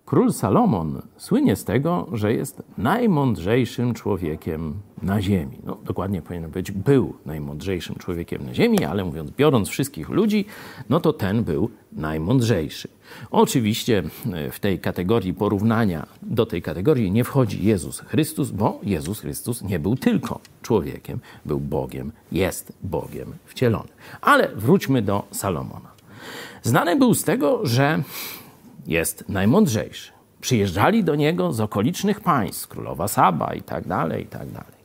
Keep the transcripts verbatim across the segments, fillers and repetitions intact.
Król Salomon słynie z tego, że jest najmądrzejszym człowiekiem na ziemi. No, dokładnie powinno być, był najmądrzejszym człowiekiem na ziemi, ale mówiąc, biorąc wszystkich ludzi, no to ten był najmądrzejszy. Oczywiście w tej kategorii porównania, do tej kategorii nie wchodzi Jezus Chrystus, bo Jezus Chrystus nie był tylko człowiekiem, był Bogiem, jest Bogiem wcielony. Ale wróćmy do Salomona. Znany był z tego, że jest najmądrzejszy. Przyjeżdżali do niego z okolicznych państw, królowa Saba i tak dalej, i tak dalej.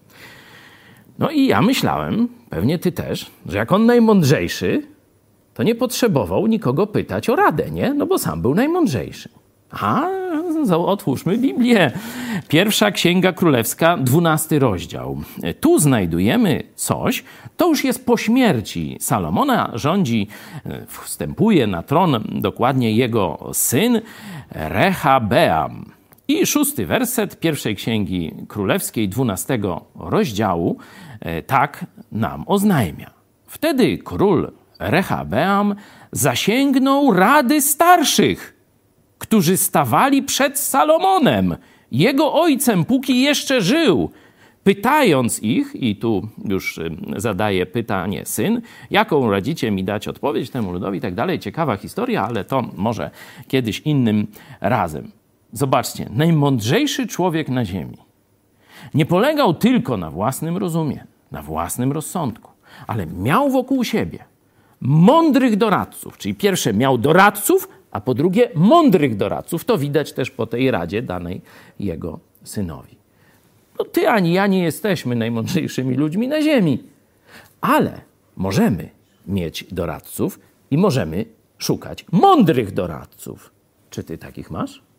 No i ja myślałem, pewnie ty też, że jak on najmądrzejszy, to nie potrzebował nikogo pytać o radę, nie? No bo sam był najmądrzejszy. A, otwórzmy Biblię. Pierwsza Księga Królewska, dwunasty rozdział. Tu znajdujemy coś, to już jest po śmierci Salomona, rządzi, wstępuje na tron dokładnie jego syn Rehabeam. I szósty werset pierwszej Księgi Królewskiej, dwunastego rozdziału, tak nam oznajmia. Wtedy król Rehabeam zasięgnął rady starszych, którzy stawali przed Salomonem, jego ojcem, póki jeszcze żył, pytając ich, i tu już zadaje pytanie syn, jaką radzicie mi dać odpowiedź temu ludowi i tak dalej. Ciekawa historia, ale to może kiedyś innym razem. Zobaczcie, najmądrzejszy człowiek na ziemi nie polegał tylko na własnym rozumie, na własnym rozsądku, ale miał wokół siebie mądrych doradców, czyli pierwsze miał doradców, a po drugie mądrych doradców. To widać też po tej radzie danej jego synowi. No ty ani ja nie jesteśmy najmądrzejszymi ludźmi na ziemi, ale możemy mieć doradców i możemy szukać mądrych doradców. Czy ty takich masz?